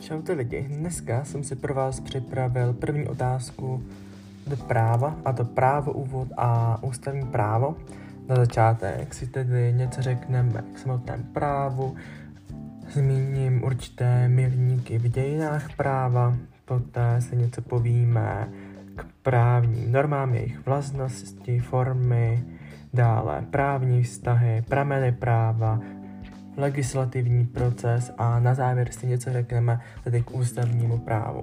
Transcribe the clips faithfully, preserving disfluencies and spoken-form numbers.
Čaute lidi, dneska jsem si pro vás připravil první otázku do práva, a to právo, úvod a ústavní právo. Na začátek si tedy něco řekneme k samotnému právu, zmíním určité milníky v dějinách práva, poté se něco povíme k právním normám, jejich vlastnosti, formy, dále právní vztahy, prameny práva, legislativní proces a na závěr si něco řekneme tedy k ústavnímu právu.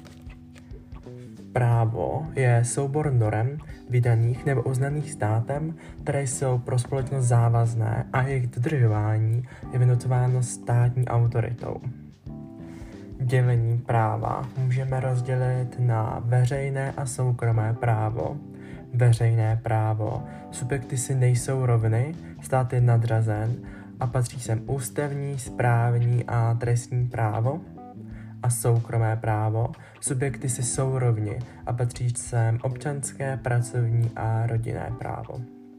Právo je soubor norem vydaných nebo uznaných státem, které jsou pro společnost závazné a jejich dodržování je vynucováno státní autoritou. Dělení práva můžeme rozdělit na veřejné a soukromé právo. Veřejné právo. Subjekty si nejsou rovny, stát je nadřazen a patří sem ústavní, správní a trestní právo. A soukromé právo. Subjekty si jsou rovni a patří sem občanské, pracovní a rodinné právo.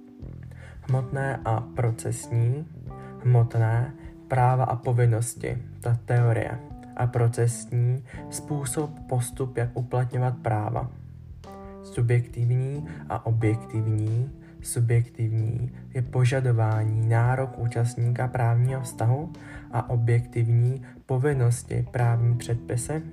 Hmotné a procesní. Hmotné práva a povinnosti, ta teorie. A procesní způsob, postup, jak uplatňovat práva. Subjektivní a objektivní. Subjektivní je požadování nárok účastníka právního vztahu a objektivní povinnosti právní předpisy.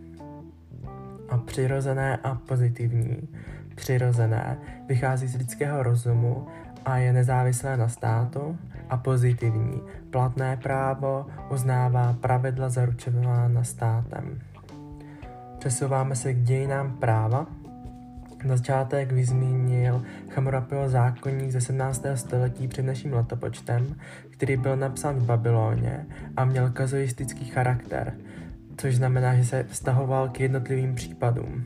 A přirozené a pozitivní. Přirozené vychází z lidského rozumu a je nezávislé na státu, a pozitivní platné právo uznává pravidla zaručovaná státem. Přesouváme se k dějinám práva. Na začátek vyzmínil Hammurapiho zákoník ze sedmnáctého století před naším letopočtem, který byl napsán v Babyloně a měl kazuistický charakter, což znamená, že se vztahoval k jednotlivým případům.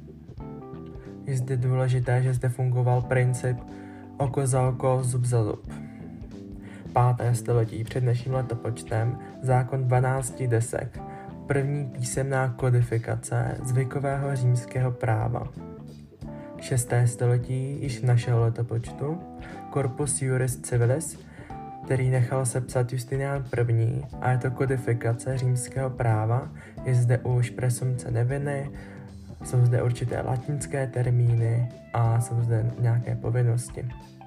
Je zde důležité, že zde fungoval princip oko za oko, zub za zub. Páté století před naším letopočtem zákon dvanácti desek, první písemná kodifikace zvykového římského práva. Šesté století již našeho letopočtu Corpus Juris Civilis, který nechal sepsat Justinian I. a je to kodifikace římského práva, je zde už presumce neviny, jsou zde určité latinské termíny a jsou zde nějaké povinnosti.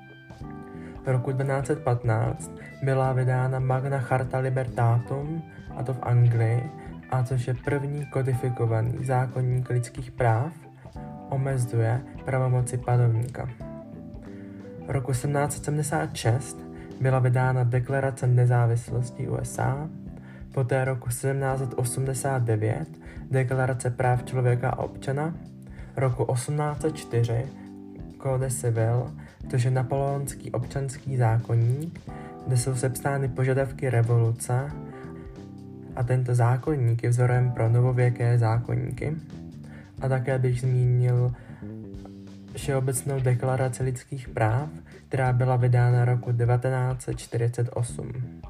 V roku dvanáct set patnáct byla vydána Magna Charta Libertatum, a to v Anglii, a což je první kodifikovaný zákoník lidských práv, omezuje pravomoci panovníka. V roku sedmnáct set sedmdesát šest byla vydána Deklarace nezávislosti U S A, poté roku sedmnáct set osmdesát devět Deklarace práv člověka a občana, roku osmnáct set čtyři Code Civil, což je napoleonský občanský zákoník, kde jsou sepsány požadavky revoluce a tento zákoník je vzorem pro novověké zákoníky. A také bych zmínil Všeobecnou deklaraci lidských práv, která byla vydána roku devatenáct set čtyřicet osm.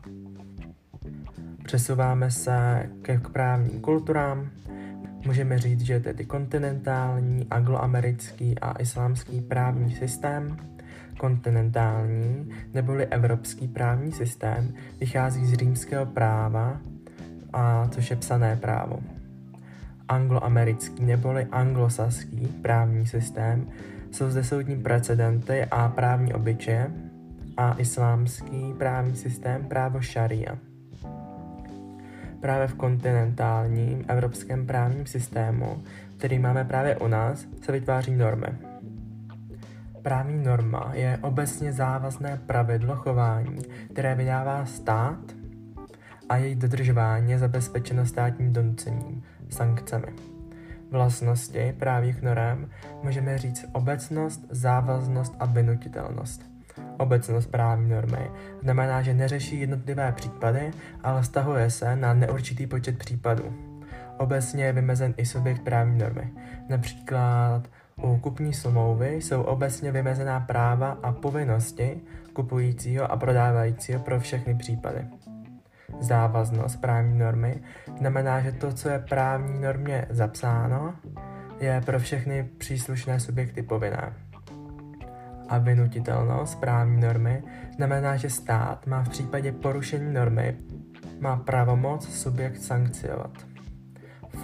Přesouváme se ke právním kulturám. Můžeme říct, že tedy kontinentální, angloamerický a islámský právní systém. Kontinentální neboli evropský právní systém vychází z římského práva, a což je psané právo. Angloamerický neboli anglosaský právní systém jsou zde soudní precedenty a právní obyčeje, a islámský právní systém právo šaria. Právě v kontinentálním evropském právním systému, který máme právě u nás, se vytváří normy. Právní norma je obecně závazné pravidlo chování, které vydává stát, a její dodržování je zabezpečeno státním donucením, sankcemi. Vlastnosti právních norem můžeme říct obecnost, závaznost a vynutitelnost. Obecnost právní normy znamená, že neřeší jednotlivé případy, ale vztahuje se na neurčitý počet případů. Obecně je vymezen i subjekt právní normy. Například u kupní smlouvy jsou obecně vymezená práva a povinnosti kupujícího a prodávajícího pro všechny případy. Závaznost právní normy znamená, že to, co je právní normě zapsáno, je pro všechny příslušné subjekty povinné. A vynutitelnost právní normy znamená, že stát má v případě porušení normy má pravomoc subjekt sankciovat.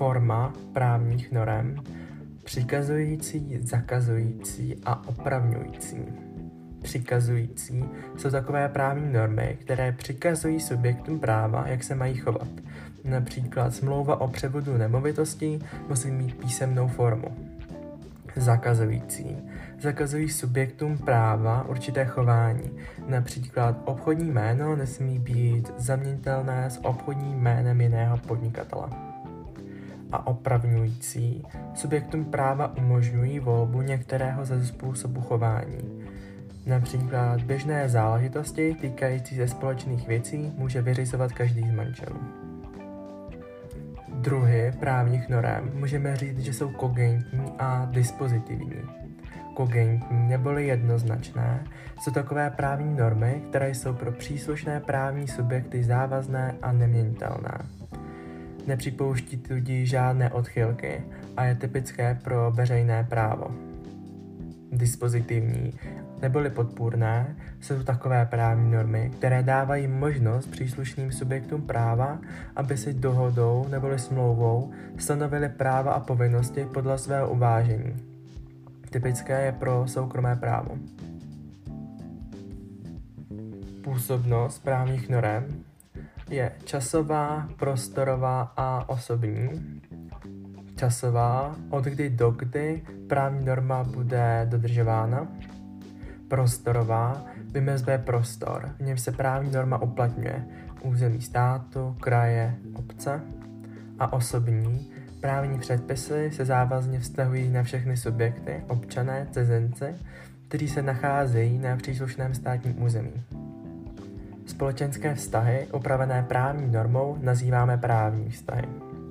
forma právních norem, přikazující, zakazující a opravňující. Přikazující jsou takové právní normy, které přikazují subjektům práva, jak se mají chovat. Například smlouva o převodu nemovitosti musí mít písemnou formu. Zakazující zakazují subjektům práva určité chování. Například obchodní jméno nesmí být zaměnitelné s obchodním jménem jiného podnikatele. A opravňující subjektům práva umožňují volbu některého ze způsobů chování. Například běžné záležitosti týkající se společných věcí může vyřizovat každý z manželů. Druhy právních norem můžeme říct, že jsou kogentní a dispozitivní. Kogentní neboli jednoznačné jsou takové právní normy, které jsou pro příslušné právní subjekty závazné a neměnitelné. Nepřipouští tudíž žádné odchylky a je typické pro veřejné právo. Dispozitivní neboli podpůrné jsou takové právní normy, které dávají možnost příslušným subjektům práva, aby si dohodou neboli smlouvou stanovili práva a povinnosti podle svého uvážení. Typické je pro soukromé právo. Působnost právních norem je časová, prostorová a osobní. Časová, od kdy do kdy právní norma bude dodržována. Prostorová vymezuje prostor, v něm se právní norma uplatňuje, území státu, kraje, obce. A osobní právní předpisy se závazně vztahují na všechny subjekty, občané, cizinci, kteří se nacházejí na příslušném státním území. Společenské vztahy upravené právní normou nazýváme právní vztahy.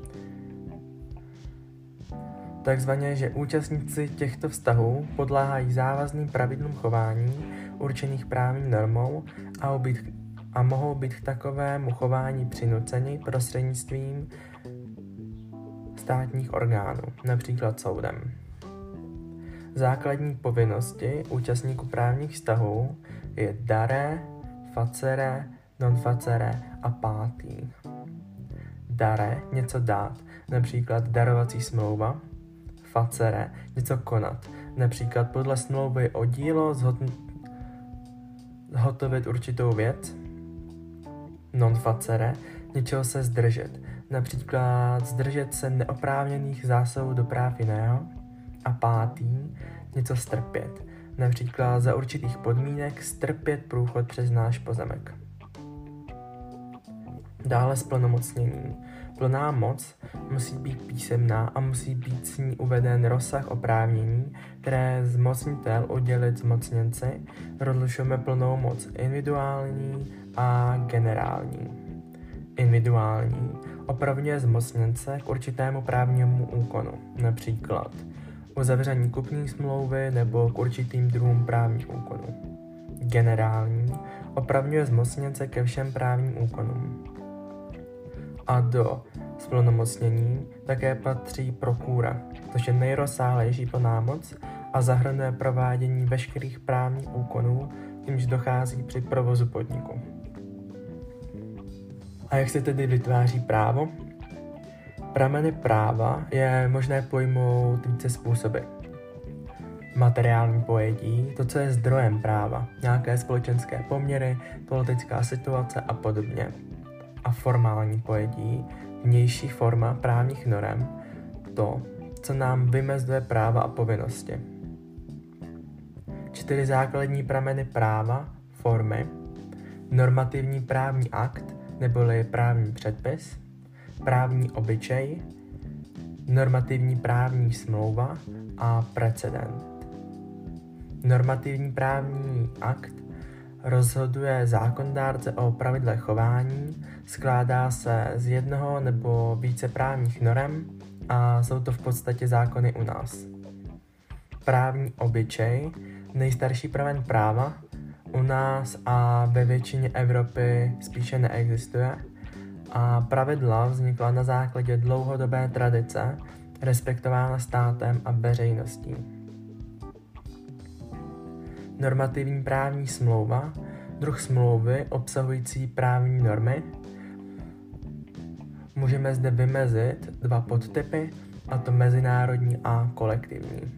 Takzvaně, že účastníci těchto vztahů podléhají závazným pravidlům chování určených právní normou a, být, a mohou být k takovému chování přinuceni prostřednictvím státních orgánů, například soudem. Základní povinnosti účastníků právních vztahů je dare, facere, non facere a pátý. Dare, něco dát, například darovací smlouva. Facere, něco konat, například podle smlouvy o dílo zhot- zhotovit určitou věc. Non facere, něčeho se zdržet, například zdržet se neoprávněných zásahů do práv jiného. A pátý, něco strpět, například za určitých podmínek strpět průchod přes náš pozemek. Dále splnomocnění. Plná moc musí být písemná a musí být s ní uveden rozsah oprávnění, které zmocnitel udělit zmocněnci. Rozlišujeme plnou moc individuální a generální. Individuální opravňuje zmocněnce k určitému právnímu úkonu, například uzavření kupní smlouvy nebo k určitým druhům právních úkonů. Generální opravňuje zmocněnce ke všem právním úkonům. A do splnomocnění také patří prokura, což je nejrozsáhlejší plná moc a zahrnuje provádění veškerých právních úkonů, jimž dochází při provozu podniku. A jak se tedy vytváří právo? Prameny práva je možné pojmout více způsoby. Materiální pojetí, to, co je zdrojem práva, nějaké společenské poměry, politická situace a podobně. A formální pojetí, vnější forma právních norem, to, co nám vymezuje práva a povinnosti. Čtyři základní prameny práva, formy, normativní právní akt, neboli právní předpis, právní obyčej, normativní právní smlouva a precedent. Normativní právní akt rozhoduje zákonodárce o pravidlech chování, skládá se z jednoho nebo více právních norem a jsou to v podstatě zákony u nás. Právní obyčej, nejstarší pramen práva, u nás a ve většině Evropy spíše neexistuje a pravidla vznikla na základě dlouhodobé tradice, respektována státem a veřejností. Normativní právní smlouva, druh smlouvy obsahující právní normy, Můžeme zde vymezit dva podtypy, a to mezinárodní a kolektivní.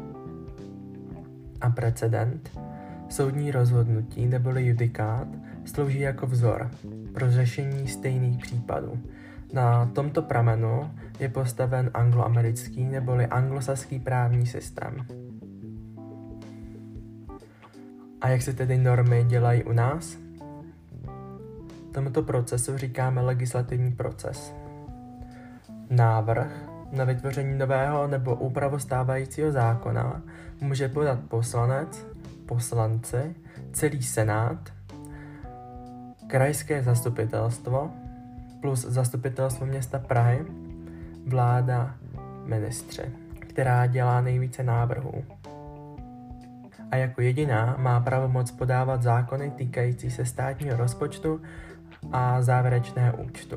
A precedent, soudní rozhodnutí neboli judikát, slouží jako vzor pro řešení stejných případů. Na tomto pramenu je postaven angloamerický neboli anglosaský právní systém. A jak se tedy normy dělají u nás? Tomuto procesu říkáme legislativní proces. Návrh na vytvoření nového nebo úpravu stávajícího zákona může podat poslanec, poslanci, celý senát, krajské zastupitelstvo plus zastupitelstvo města Prahy, vláda, ministři, která dělá nejvíce návrhů. A jako jediná má pravomoc podávat zákony týkající se státního rozpočtu a závěrečného účtu.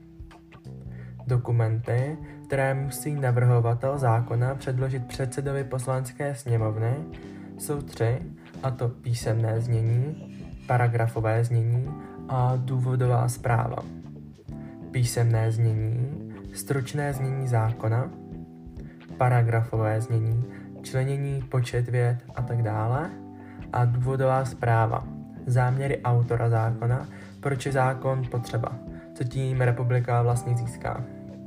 Dokumenty, které musí navrhovatel zákona předložit předsedovi poslanecké sněmovny, jsou tři, a to písemné znění, paragrafové znění a důvodová zpráva. Písemné znění, stručné znění zákona, paragrafové znění, členění, počet vět a tak dále a důvodová zpráva, záměry autora zákona, proč je zákon potřeba, co tím republika vlastně získá.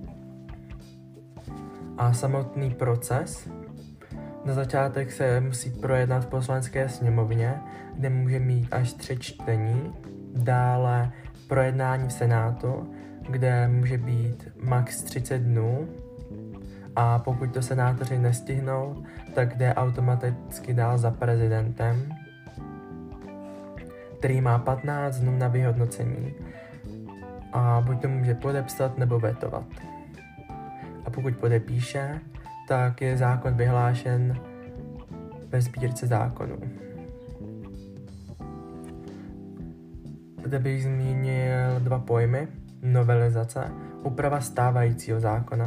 A samotný proces na začátek se musí projednat v poslanecké sněmovně, kde může mít až tři čtení, dále projednání v senátu, kde může být max třicet dnů a pokud to senátoři nestihnou, tak jde automaticky dál za prezidentem, který má patnáct dnů na vyhodnocení a buď to může podepsat nebo vetovat. A pokud podepíše, tak je zákon vyhlášen ve sbírce zákonů. Zde bych zmínil dva pojmy. Novelizace, úprava stávajícího zákona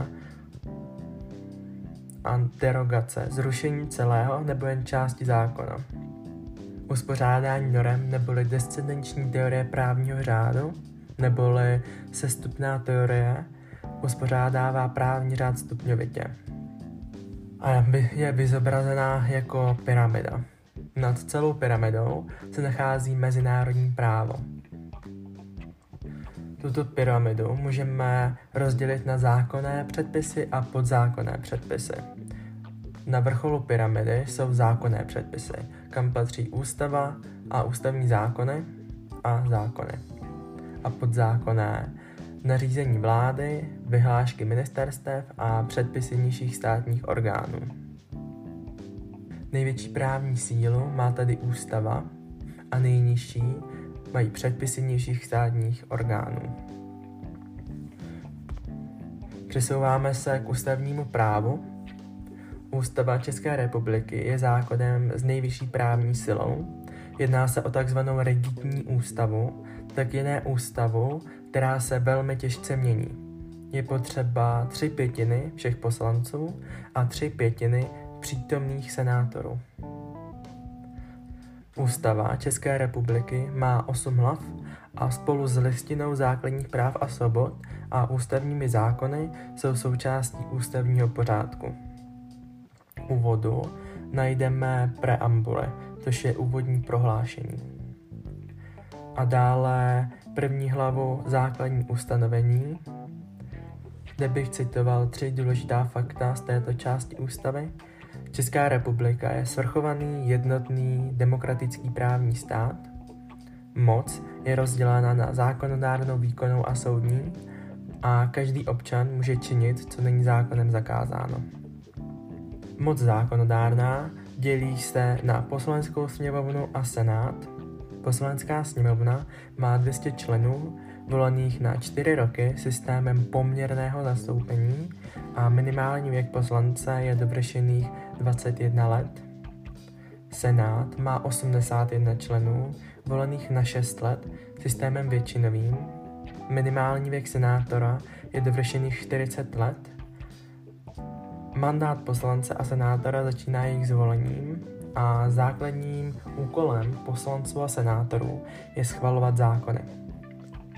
a derogace, zrušení celého nebo jen části zákona. Uspořádání norem neboli descendenční teorie právního řádu neboli sestupná teorie uspořádává právní řád stupňovitě a je vyzobrazená jako pyramida. Nad celou pyramidou se nachází mezinárodní právo. Tuto pyramidu můžeme rozdělit na zákonné předpisy a podzákonné předpisy. Na vrcholu pyramidy jsou zákonné předpisy, kam patří ústava a ústavní zákony a zákony. A podzákonné nařízení vlády, vyhlášky ministerstev a předpisy nižších státních orgánů. Největší právní sílu má tedy ústava a nejnižší mají předpisy nižších státních orgánů. Přesouváme se k ústavnímu právu. Ústava České republiky je zákonem s nejvyšší právní silou. Jedná se o takzvanou rigidní ústavu, tak jiné ústavu, která se velmi těžce mění. Je potřeba tři pětiny všech poslanců a tři pětiny přítomných senátorů. Ústava České republiky má osm hlav a spolu s listinou základních práv a svobod a ústavními zákony jsou součástí ústavního pořádku. V úvodu najdeme preambule, což je úvodní prohlášení. A dále první hlavu základní ustanovení, kde bych citoval tři důležitá fakta z této části ústavy. Česká republika je svrchovaný, jednotný, demokratický právní stát. Moc je rozdělena na zákonodárnou, výkonnou a soudní a každý občan může činit, co není zákonem zakázáno. Moc zákonodárná dělí se na poslaneckou sněmovnu a senát. Poslanecká sněmovna má dvě stě členů, volených na čtyři roky systémem poměrného zastoupení a minimální věk poslance je dovršených dvacet jedna let. Senát má osmdesát jedna členů, volených na šest let systémem většinovým. Minimální věk senátora je dovršených čtyřicet let. Mandát poslance a senátora začíná jejich zvolením a základním úkolem poslanců a senátorů je schvalovat zákony.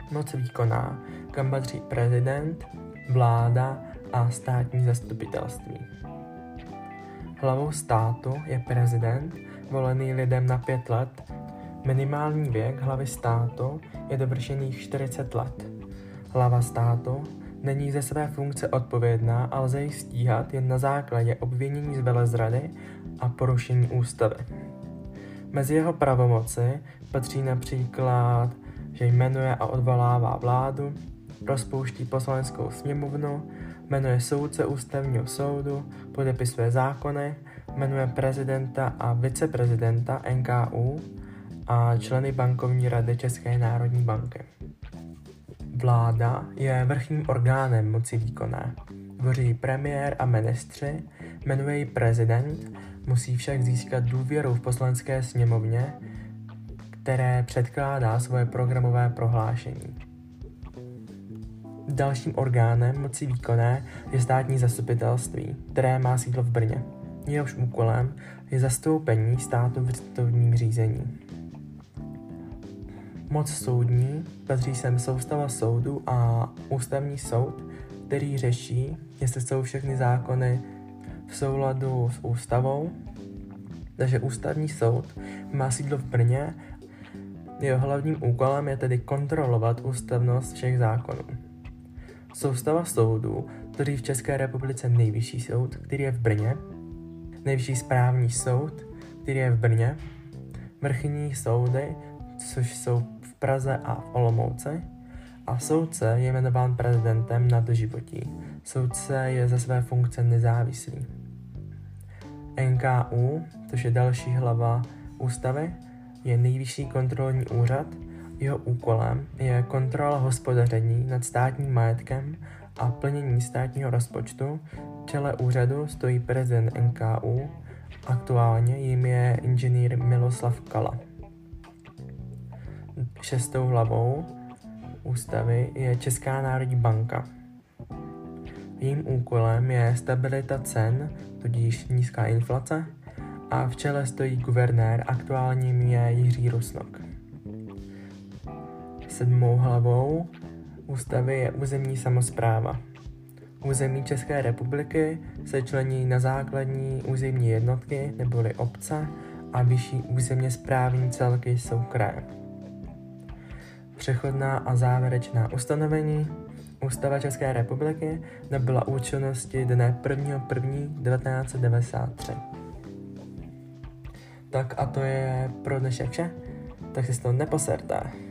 Moc výkonná, kam patří prezident, vláda a státní zastupitelství. Hlavou státu je prezident, volený lidem na pět let. Minimální věk hlavy státu je dovršených čtyřicet let. Hlava státu není ze své funkce odpovědná a lze ji stíhat jen na základě obvinění z velezrady a porušení ústavy. Mezi jeho pravomoci patří například, že jmenuje a odvolává vládu, rozpouští poslaneckou sněmovnu, jmenuje soudce ústavního soudu, podepisuje zákony, jmenuje prezidenta a viceprezidenta N K U a členy bankovní rady České národní banky. Vláda je vrchním orgánem moci výkonné. Tvoří premiér a ministři, jmenuje ji prezident, musí však získat důvěru v poslanecké sněmovně, které předkládá svoje programové prohlášení. Dalším orgánem moci výkonné je státní zastupitelství, které má sídlo v Brně. Jehož úkolem je zastoupení státu v soudním řízení. Moc soudní patří sem soustava soudu a ústavní soud, který řeší, jestli jsou všechny zákony v souladu s ústavou. Takže ústavní soud má sídlo v Brně. Jeho hlavním úkolem je tedy kontrolovat ústavnost všech zákonů. Soustava soudů tvoří v České republice nejvyšší soud, který je v Brně, nejvyšší správní soud, který je v Brně, vrchní soudy, což jsou v Praze a v Olomouci, a soudce je jmenován prezidentem na doživotí. Soudce je ze své funkce nezávislý. N K U, což je další hlava ústavy, je nejvyšší kontrolní úřad. Jeho úkolem je kontrola hospodaření nad státním majetkem a plnění státního rozpočtu. V čele úřadu stojí prezident N K U, aktuálně jim je inženýr Miloslav Kala. Šestou hlavou ústavy je Česká národní banka. Jejím úkolem je stabilita cen, tudíž nízká inflace, a v čele stojí guvernér, aktuálním je Jiří Rusnok. Sedmou hlavou ústavy je územní samospráva. Území České republiky se člení na základní územní jednotky neboli obce a vyšší územně správní celky jsou kraje. Přechodná a závěrečná ustanovení. Ústava České republiky nabyla účinnosti dne prvního prvního devatenáct set devadesát tři. Tak a to je pro dnešek vše, tak si z toho neposerte.